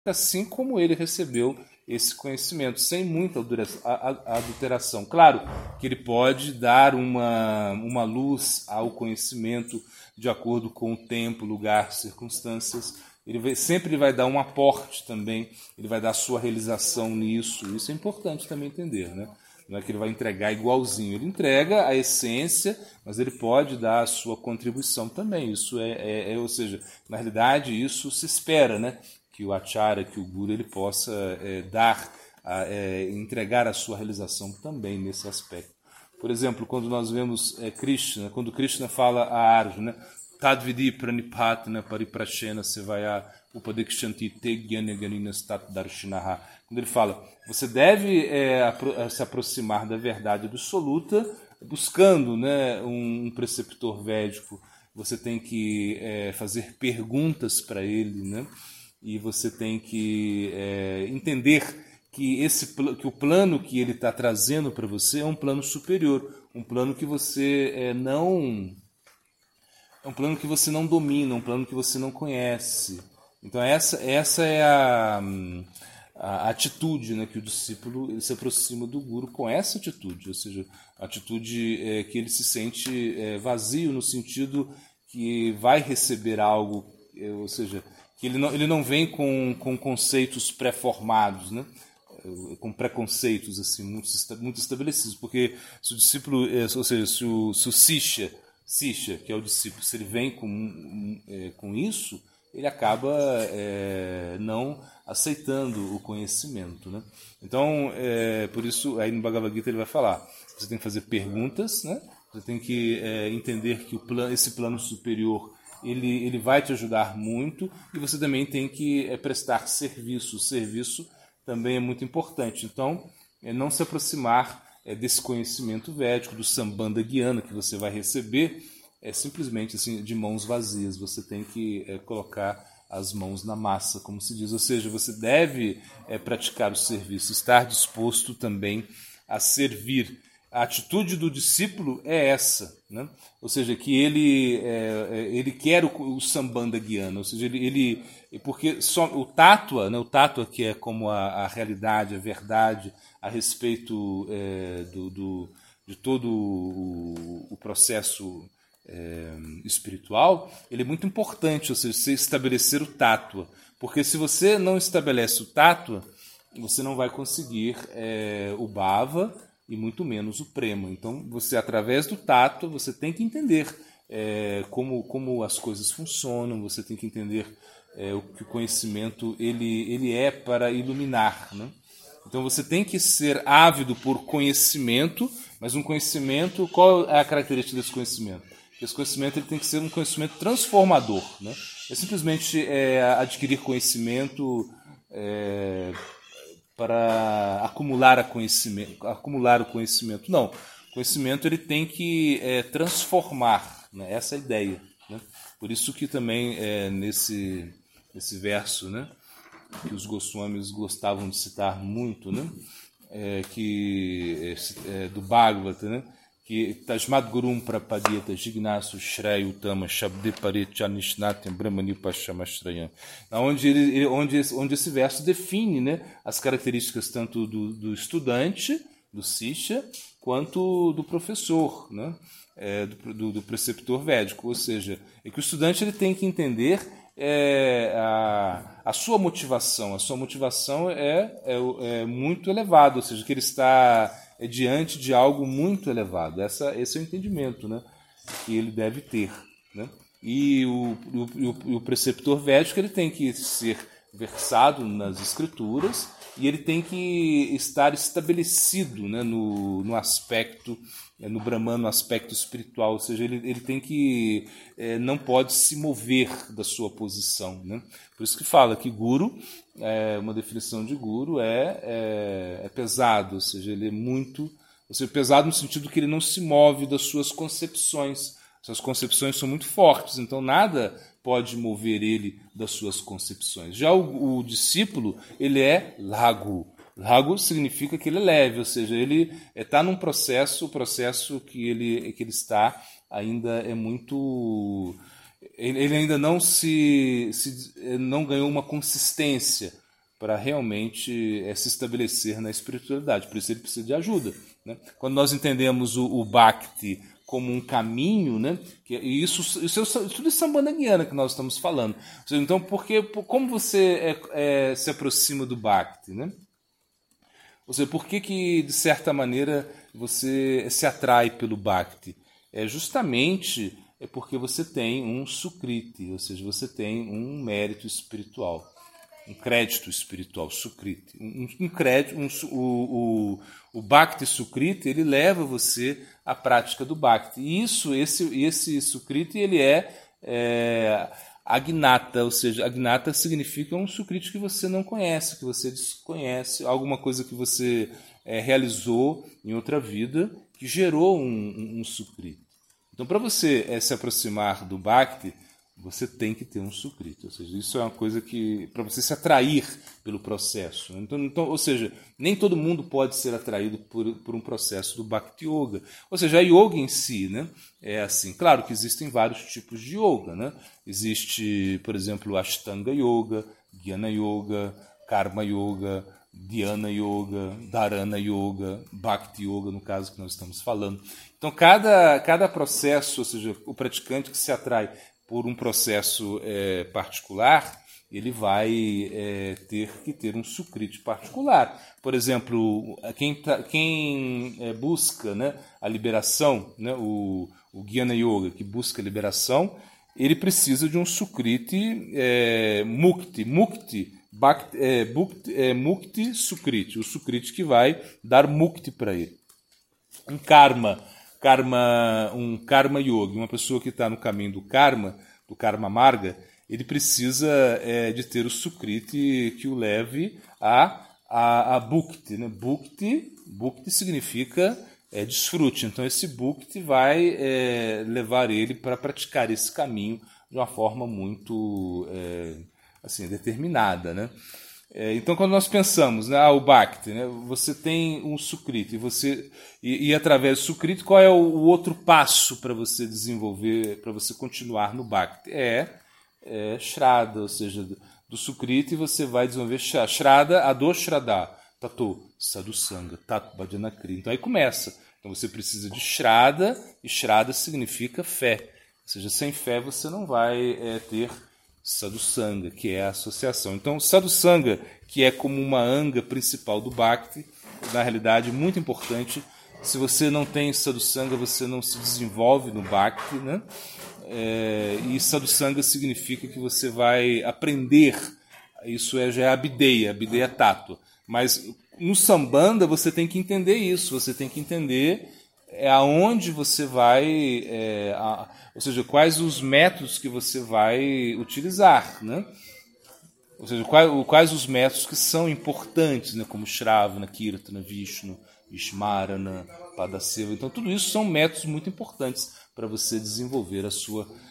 assim como ele recebeu esse conhecimento, sem muita adulteração. Claro que ele pode dar uma luz ao conhecimento de acordo com o tempo, lugar, circunstâncias. Sempre vai dar um aporte também, ele vai dar a sua realização nisso. Isso é importante também entender, né? Não é que ele vai entregar igualzinho, ele entrega a essência, mas ele pode dar a sua contribuição também. Isso ou seja, na realidade isso se espera, né? Que o acharya, que o guru, ele possa entregar a sua realização também nesse aspecto. Por exemplo, quando nós vemos Krishna, quando Krishna fala a Arjuna, Tadvidi pranipatana pariprashena sevaya upadekshanti te gyanaganinas tat darshinaha. Quando ele fala, você deve se aproximar da verdade absoluta, buscando, né, um preceptor védico. Você tem que fazer perguntas para ele, né? E você tem que entender que o plano que ele está trazendo para você é um plano superior, um plano que você não... É um plano que você não domina, um plano que você não conhece. Então essa é a atitude, né, que o discípulo ele se aproxima do guru com essa atitude, ou seja, a atitude que ele se sente vazio no sentido que vai receber algo, ou seja, que ele não vem com conceitos pré-formados, né? Com preconceitos assim muito estabelecidos, porque se o discípulo, ou seja, se o Sisha, que é o discípulo, se ele vem com isso, ele acaba não aceitando o conhecimento, né? Então, por isso, aí no Bhagavad Gita ele vai falar, você tem que fazer perguntas, né? Você tem que entender que esse plano superior ele vai te ajudar muito, e você também tem que prestar serviço. O serviço também é muito importante. Então, não se aproximar desse conhecimento védico, do Sambandha Gyana que você vai receber, simplesmente assim, de mãos vazias. Você tem que colocar as mãos na massa, como se diz. Ou seja, você deve praticar o serviço, estar disposto também a servir. A atitude do discípulo é essa, né? Ou seja, que ele quer o Sambandha Gyana, ou seja, porque só o Tattva, né? O Tattva que é como a realidade, a verdade a respeito de todo o processo espiritual, ele é muito importante, ou seja, você estabelecer o Tattva, porque se você não estabelece o Tattva, você não vai conseguir o Bhava, e muito menos o prema. Então, você, através do tato, você tem que entender como as coisas funcionam, você tem que entender que o conhecimento ele é para iluminar, né? Então, você tem que ser ávido por conhecimento, mas um conhecimento, qual é a característica desse conhecimento? Esse conhecimento ele tem que ser um conhecimento transformador, né? É simplesmente adquirir conhecimento para acumular o conhecimento. Não, o conhecimento ele tem que transformar, né? Essa é a ideia, né? Por isso que também nesse verso, né, que os Goswamis gostavam de citar muito, né, do Bhagavata, né, que Tasmad Gurum Prapadyata Jignasu Shreya Uttama Shabde Paritya Nishnatyam Brahmani Pashamashtrayam. Onde esse verso define, né, as características tanto do estudante, do Sisha, quanto do professor, né, do preceptor védico. Ou seja, é que o estudante ele tem que entender a sua motivação. A sua motivação é muito elevada, ou seja, que ele está diante de algo muito elevado. Esse é o entendimento, né, que ele deve ter, né? E o preceptor védico ele tem que ser versado nas escrituras e ele tem que estar estabelecido, né, no aspecto, no Brahman, no aspecto espiritual, ou seja, ele tem que não pode se mover da sua posição, né? Por isso que fala que guru, uma definição de guru é pesado, ou seja, ele é muito, ou seja, pesado no sentido que ele não se move das suas concepções. Suas concepções são muito fortes, então nada pode mover ele das suas concepções. Já o discípulo, ele é lago. Lago significa que ele é leve, ou seja, ele está num processo, o processo que ele está ainda é muito... Ele ainda não ganhou uma consistência, para realmente se estabelecer na espiritualidade. Por isso ele precisa de ajuda, né? Quando nós entendemos o Bhakti como um caminho, né? E isso é tudo é Sambandha-gyana que nós estamos falando. Então, como você se aproxima do Bhakti, né? Ou seja, por que de certa maneira você se atrai pelo Bhakti? Justamente porque você tem um sukriti, ou seja, você tem um mérito espiritual, um crédito espiritual, sukriti. Um crédito, o Bhakti Sukriti, ele leva você à prática do Bhakti. E esse Sukriti, ele Agnata, ou seja, Agnata significa um Sukriti que você não conhece, que você desconhece, alguma coisa que você realizou em outra vida que gerou um Sukriti. Então, para você se aproximar do Bhakti, você tem que ter um Sukriti. Ou seja, isso é uma coisa que para você se atrair pelo processo. Então, ou seja, nem todo mundo pode ser atraído por um processo do Bhakti Yoga. Ou seja, a yoga em si, né, é assim. Claro que existem vários tipos de yoga, né? Existe, por exemplo, Ashtanga Yoga, Jnana Yoga, Karma Yoga, Dhyana Yoga, Dharana Yoga, Bhakti Yoga, no caso que nós estamos falando. Então, cada processo, ou seja, o praticante que se atrai por um processo particular, ele vai ter que ter um sukriti particular. Por exemplo, quem busca, né, a liberação, né, o Jnana Yoga, que busca a liberação, ele precisa de um sukriti mukti. Mukti Sukriti, o sukriti que vai dar mukti para ele. Um karma yogi, uma pessoa que está no caminho do karma marga, ele precisa de ter o sukriti que o leve a bhukti, né? Bhukti significa desfrute. Então esse bhukti vai levar ele para praticar esse caminho de uma forma muito assim, determinada, né? Então, quando nós pensamos, né, o Bhakti, né, você tem um Sukriti, e através do Sukriti, qual é o outro passo para você desenvolver, para você continuar no Bhakti? Shraddha, ou seja, do Sukriti você vai desenvolver Shraddha, Adoshraddha, Tato, Sadhusanga, Tato, Bhajanakri. Então aí começa. Então você precisa de Shraddha, e Shraddha significa fé. Ou seja, sem fé você não vai ter Sadhusanga, que é a associação. Então, Sadhusanga, que é como uma anga principal do Bhakti, na realidade, é muito importante. Se você não tem Sadhusanga, você não se desenvolve no Bhakti, né? E Sadhusanga significa que você vai aprender, isso já é Abhideya Tattva. Mas no Sambandha você tem que entender isso, você tem que entender aonde você vai, ou seja, quais os métodos que você vai utilizar, né? Ou seja, quais os métodos que são importantes, né? Como Shravana, Kirtana, Vishnu, Smarana, Padaseva. Então, tudo isso são métodos muito importantes para você desenvolver o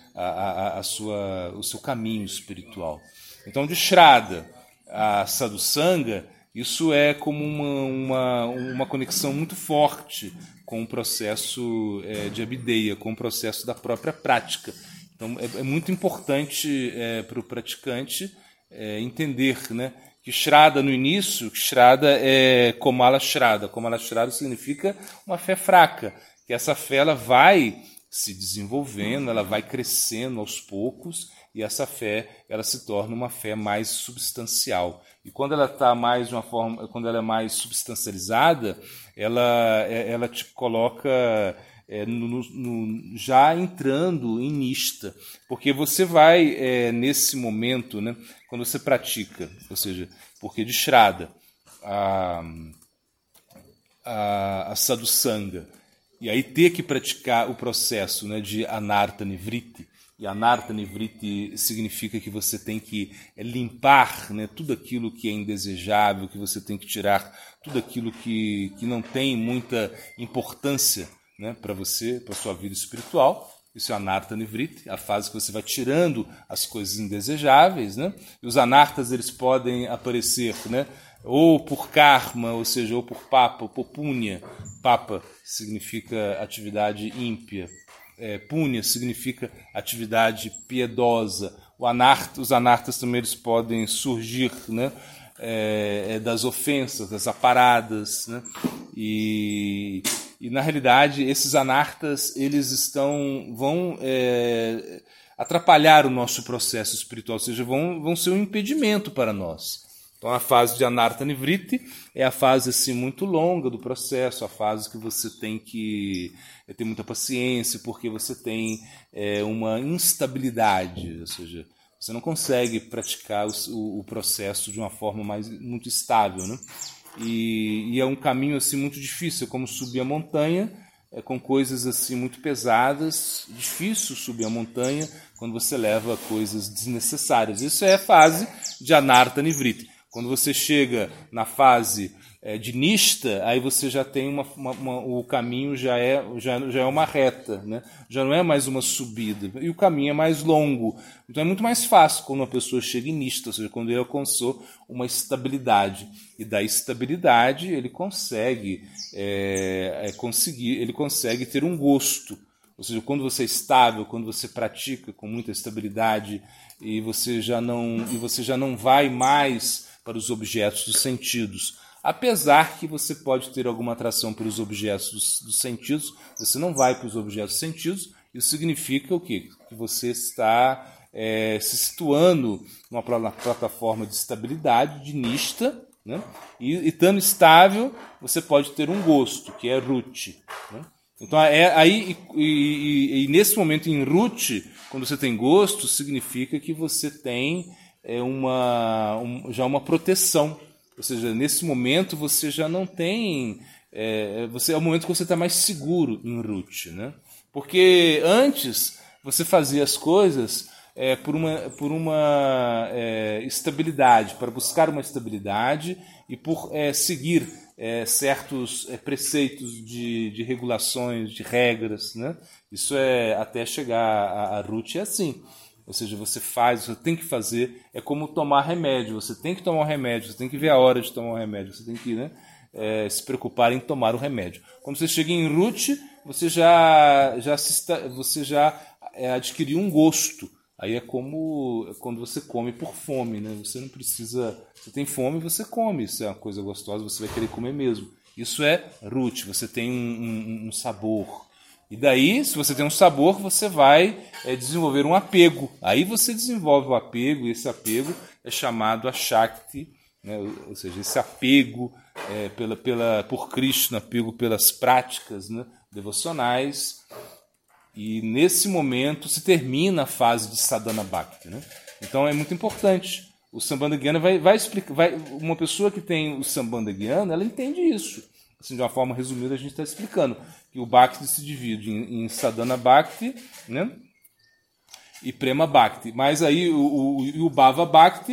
seu caminho espiritual. Então, de Shraddha a Sadhusanga, isso é como uma conexão muito forte com o processo de Abhideya, com o processo da própria prática. Então, é muito importante para o praticante entender, né, que Shraddha no início, Shraddha é Komala Shraddha. Komala Shraddha significa uma fé fraca, que essa fé ela vai se desenvolvendo, ela vai crescendo aos poucos, e essa fé ela se torna uma fé mais substancial. E quando ela está mais de uma forma, quando ela é mais substancializada, ela te coloca já entrando em nista, porque você vai nesse momento, né, quando você pratica, ou seja, porque de Shraddha a Sadhusanga, e aí ter que praticar o processo, né, de Anartha Nivritti. E Anartha Nivritti significa que você tem que limpar, né, tudo aquilo que é indesejável, que você tem que tirar tudo aquilo que não tem muita importância, né, para você, para a sua vida espiritual. Isso é Anartha Nivritti, a fase que você vai tirando as coisas indesejáveis, né? E os anartas eles podem aparecer, né, ou por karma, ou seja, ou por papa, ou por punya. Papa significa atividade ímpia. Punya significa atividade piedosa. Os anartas também eles podem surgir, né, das ofensas, das aparadas, né? E na realidade esses anartas eles vão atrapalhar o nosso processo espiritual, ou seja, vão ser um impedimento para nós. Então a fase de Anarta Nivriti é a fase assim, muito longa do processo, a fase que você tem que ter muita paciência, porque você tem uma instabilidade, ou seja, você não consegue praticar o processo de uma forma muito estável, né? E é um caminho assim, muito difícil, é como subir a montanha, com coisas assim muito pesadas, difícil subir a montanha quando você leva coisas desnecessárias. Isso é a fase de Anarta Nivriti. Quando você chega na fase de Nishta, aí você já tem o caminho já é uma reta, né? Já não é mais uma subida, e o caminho é mais longo. Então é muito mais fácil quando uma pessoa chega em Nishta, ou seja, quando ele alcançou uma estabilidade. E da estabilidade ele consegue ter um gosto. Ou seja, quando você é estável, quando você pratica com muita estabilidade e você já não vai mais para os objetos dos sentidos. Apesar que você pode ter alguma atração pelos objetos dos sentidos, você não vai para os objetos dos sentidos, isso significa o quê? Que você está se situando na plataforma de estabilidade, de Nishta, né? E estando estável, você pode ter um gosto, que é Ruchi, né? Então, nesse momento em Ruchi, quando você tem gosto, significa que você tem já uma proteção. Ou seja, nesse momento você já não tem... é o momento que você está mais seguro em Ruchi, né? Porque antes você fazia as coisas por uma estabilidade, para buscar uma estabilidade e por seguir certos preceitos de regulações, de regras, né? Isso até chegar a Ruchi é assim. Ou seja, você tem que fazer, é como tomar remédio, você tem que tomar o remédio, você tem que ver a hora de tomar o remédio, você tem que se preocupar em tomar o remédio. Quando você chega em Ruchi, você já adquiriu um gosto. Aí é como quando você come por fome, né? Você não precisa... Você tem fome, você come. Isso é uma coisa gostosa, você vai querer comer mesmo. Isso é Ruchi, você tem um sabor. E daí, se você tem um sabor, você vai desenvolver um apego. Aí você desenvolve o apego, e esse apego é chamado a Shakti, né? Ou seja, esse apego por Krishna, apego pelas práticas, né, devocionais. E nesse momento se termina a fase de Sadhana Bhakti, né? Então é muito importante. O Sambandha Gyana vai explicar. Uma pessoa que tem o Sambandha Gyana, ela entende isso. Assim, de uma forma resumida, a gente está explicando que o Bhakti se divide em Sadhana Bhakti, né, e Prema Bhakti. Mas aí o Bhava Bhakti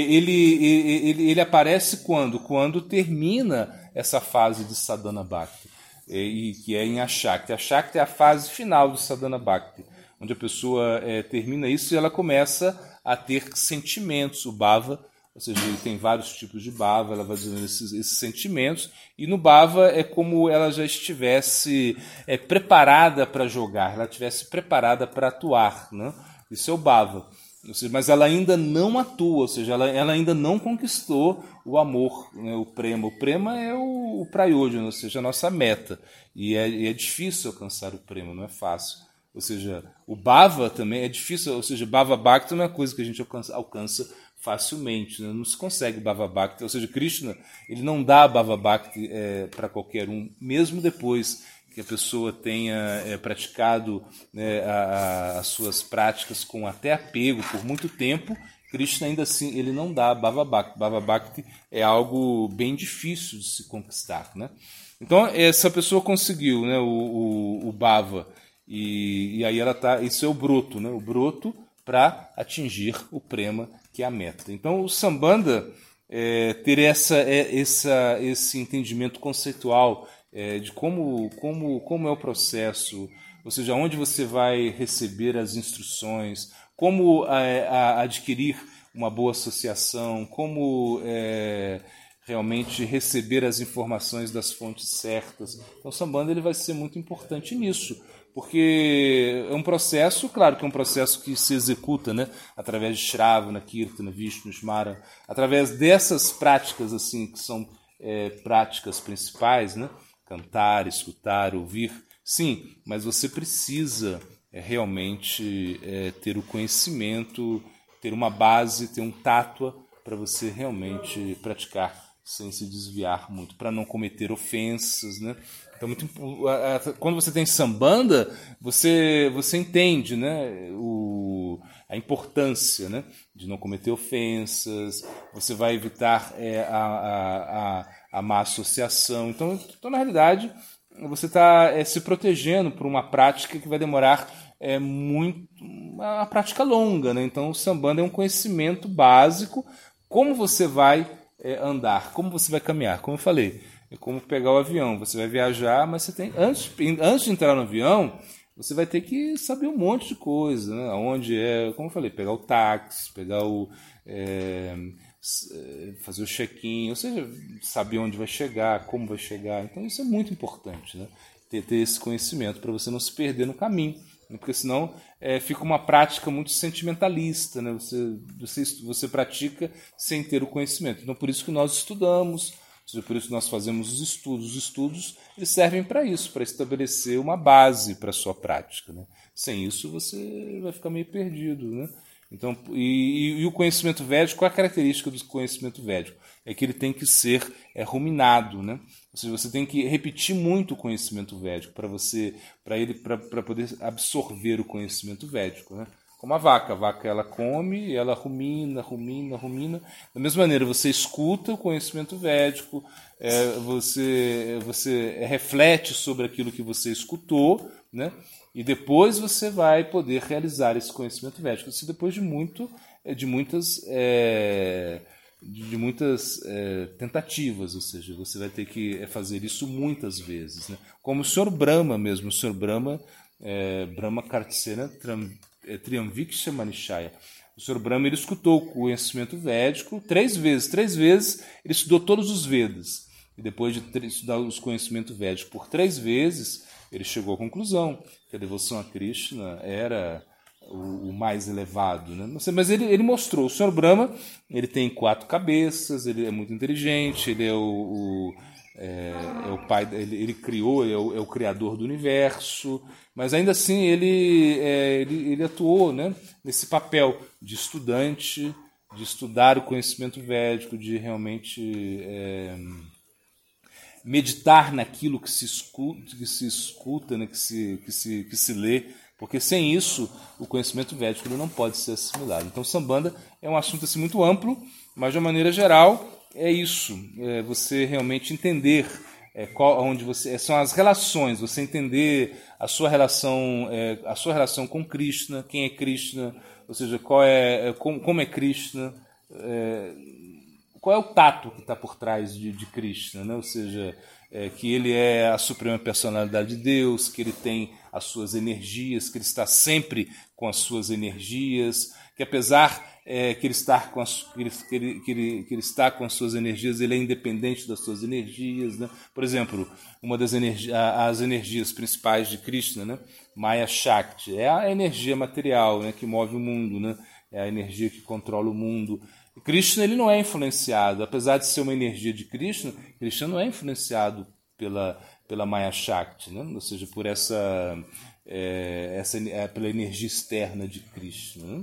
ele aparece quando? Quando termina essa fase de Sadhana Bhakti, que é em Ashakti. Ashakti é a fase final do Sadhana Bhakti, onde a pessoa termina isso e ela começa a ter sentimentos. O Bhava, ou seja, ele tem vários tipos de bhava, ela vai desenvolvendo esses sentimentos, e no bhava é como ela já estivesse preparada para jogar, ela estivesse preparada para atuar, né? Isso é o bhava. Ou seja, mas ela ainda não atua, ou seja, ela ainda não conquistou o amor, né? O prema. O prema é o prayojana, ou seja, a nossa meta. E é difícil alcançar o prema, não é fácil. Ou seja, o bhava também é difícil, ou seja, bhava bhakti não é uma coisa que a gente alcança facilmente, né? Não se consegue Bhava Bhakti, ou seja, Krishna ele não dá Bhava Bhakti para qualquer um, mesmo depois que a pessoa tenha praticado, né, as suas práticas com até apego por muito tempo, Krishna ainda assim ele não dá Bhava Bhakti. Bhava Bhakti é algo bem difícil de se conquistar, né? Então essa pessoa conseguiu, né, o Bhava, e aí ela tá, isso é o broto, né? O broto para atingir o prema, que é a meta. Então, o Sambandha ter esse entendimento conceitual de como é o processo, ou seja, onde você vai receber as instruções, como adquirir uma boa associação, como realmente receber as informações das fontes certas. Então, o Sambandha ele vai ser muito importante nisso, Porque é um processo, claro que é um processo que se executa, né, através de Shravana, Kirtana, Vishnu, Smara, através dessas práticas assim que são práticas principais, né, cantar, escutar, ouvir, sim, mas você precisa realmente ter o conhecimento, ter uma base, ter um tátua para você realmente praticar sem se desviar muito, para não cometer ofensas, né? Então, quando você tem sambanda, você entende, né, a importância, né, de não cometer ofensas, você vai evitar a má associação. Então, na realidade, você está se protegendo por uma prática que vai demorar uma prática longa, né? Então, o sambanda é um conhecimento básico, como você vai andar, como você vai caminhar. Como eu falei, é como pegar o avião. Você vai viajar, mas você tem antes de entrar no avião, você vai ter que saber um monte de coisa, né? Onde como eu falei, pegar o táxi, pegar fazer o check-in, ou seja, saber onde vai chegar, como vai chegar. Então isso é muito importante, né? Ter esse conhecimento para você não se perder no caminho, né? Porque senão fica uma prática muito sentimentalista, né? Você pratica sem ter o conhecimento. Então por isso que nós estudamos, ou seja, por isso que nós fazemos os estudos. Os estudos eles servem para isso, para estabelecer uma base para a sua prática, né? Sem isso você vai ficar meio perdido, né? Então, e o conhecimento védico, qual é a característica do conhecimento védico? É que ele tem que ser ruminado, né? Ou seja, você tem que repetir muito o conhecimento védico para poder absorver o conhecimento védico, né? Como a vaca ela come, ela rumina. Da mesma maneira, você escuta o conhecimento védico, você reflete sobre aquilo que você escutou, né? E depois você vai poder realizar esse conhecimento védico. Isso depois de muitas tentativas, ou seja, você vai ter que fazer isso muitas vezes, né? Como o Sr. Brahma mesmo, o Sr. Brahma, Brahma Kartsena Triamviksha Manishaya. O Sr. Brahma ele escutou o conhecimento védico 3 vezes. 3 vezes ele estudou todos os Vedas. E depois de estudar os conhecimentos védicos por 3 vezes, ele chegou à conclusão que a devoção a Krishna era o mais elevado, né? Não sei, mas ele mostrou. O Sr. Brahma ele tem 4 cabeças, ele é muito inteligente, ele é o pai, ele criou, é o criador do universo, mas ainda assim ele atuou, né, nesse papel de estudante, de estudar o conhecimento védico, de realmente meditar naquilo que se escuta, né, que se lê, porque sem isso o conhecimento védico ele não pode ser assimilado. Então, Sambanda é um assunto assim, muito amplo, mas de uma maneira geral é isso, você realmente entender onde são as relações, você entender a sua relação com Krishna, quem é Krishna, ou seja, como é Krishna, qual é o tato que está por trás de Krishna, né? Ou seja, que ele é a suprema personalidade de Deus, que ele tem as suas energias, que ele está sempre com as suas energias, que apesar que ele está com as suas energias, ele é independente das suas energias, né? Por exemplo, as energias principais de Krishna, né? Maya Shakti, é a energia material, né, que move o mundo, né? É a energia que controla o mundo. Krishna ele não é influenciado, apesar de ser uma energia de Krishna, Krishna não é influenciado pela Maya Shakti, né? Ou seja, por pela energia externa de Krishna, né?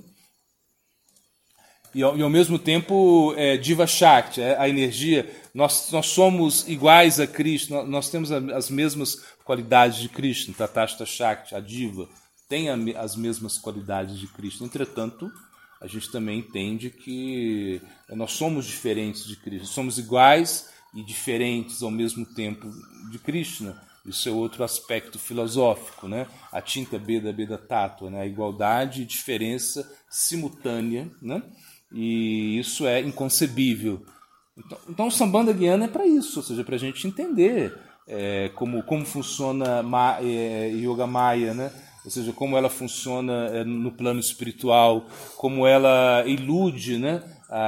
E ao mesmo tempo, Diva Shakti, a energia, nós somos iguais a Krishna, nós temos as mesmas qualidades de Krishna, Tatashta Shakti, a Diva, tem as mesmas qualidades de Krishna. Entretanto, a gente também entende que nós somos diferentes de Krishna, somos iguais e diferentes ao mesmo tempo de Krishna. Isso é outro aspecto filosófico, né? A Tinta Beda Beda Tattva, né? A igualdade e diferença simultânea, né? E isso é inconcebível. Então o Sambandha Gyana é para isso, ou seja, para a gente entender como funciona Yoga Maya, né? Ou seja, como ela funciona no plano espiritual, como ela ilude, né,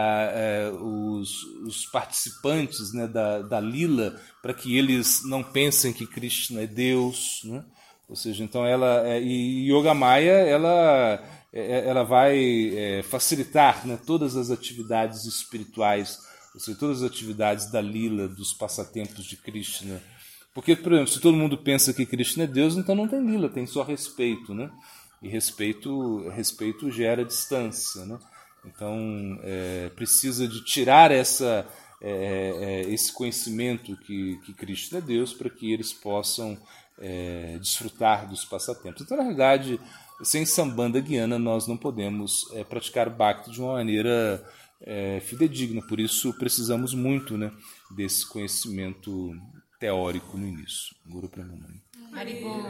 os participantes, né, da Lila, para que eles não pensem que Krishna é Deus, né? Ou seja, então e Yoga Maya ela vai facilitar, né, todas as atividades espirituais, ou seja, todas as atividades da lila, dos passatempos de Krishna. Porque, por exemplo, se todo mundo pensa que Krishna é Deus, então não tem lila, tem só respeito, né? E respeito gera distância, né? Então precisa de tirar esse conhecimento que Krishna é Deus para que eles possam desfrutar dos passatempos. Então, na realidade, sem Sambandha Gyana nós não podemos praticar Bhakti de uma maneira fidedigna. Por isso precisamos muito, né, desse conhecimento teórico no início. Guru Pramanandi.